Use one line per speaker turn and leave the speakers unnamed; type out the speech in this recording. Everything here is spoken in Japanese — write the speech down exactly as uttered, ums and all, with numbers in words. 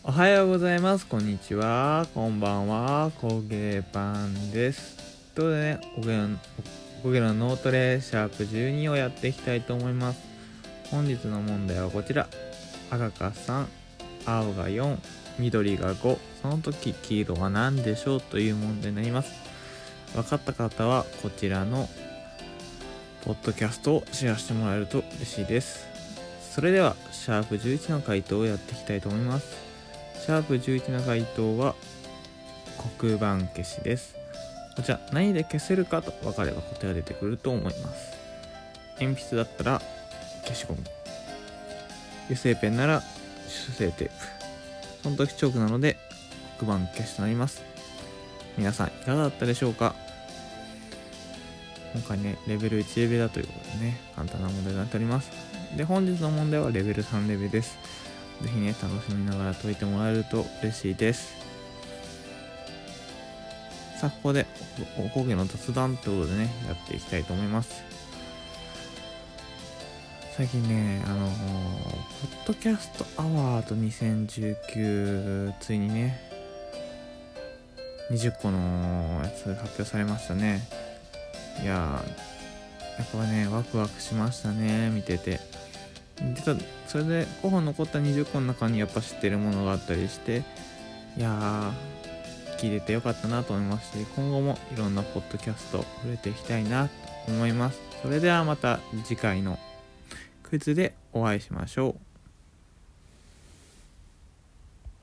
おはようございます。こんにちは。こんばんは。工芸パンです。ということでね、おげの、おげの脳トレシャープじゅうにをやっていきたいと思います。本日の問題はこちら。赤がさん、青がよん、緑がご、その時黄色は何でしょうという問題になります。分かった方はこちらのポッドキャストをシェアしてもらえると嬉しいです。それではシャープじゅういちの回答をやっていきたいと思います。シャープじゅういちの回答は黒板消しです。こちら何で消せるかと分かれば答えが出てくると思います。鉛筆だったら消しゴム、油性ペンなら油性テープ、その時チョークなので黒板消しとなります。皆さんいかがだったでしょうか。今回ねレベルいちレベルだということでね簡単な問題になっております。で本日の問題はレベルさんレベルです。ぜひね楽しみながら解いてもらえると嬉しいです。さあここでおこげの雑談ということでねやっていきたいと思います。最近ねあのー、ポッドキャストアワードにせんじゅうきゅうついにねにじゅっこのやつ発表されましたね。いやーやっぱねワクワクしましたね見てて。実はそれで候補残ったにじゅっこの中にやっぱ知ってるものがあったりして、いやー聞いててよかったなと思いますし、今後もいろんなポッドキャスト触れていきたいなと思います。それではまた次回のクイズでお会いしましょう。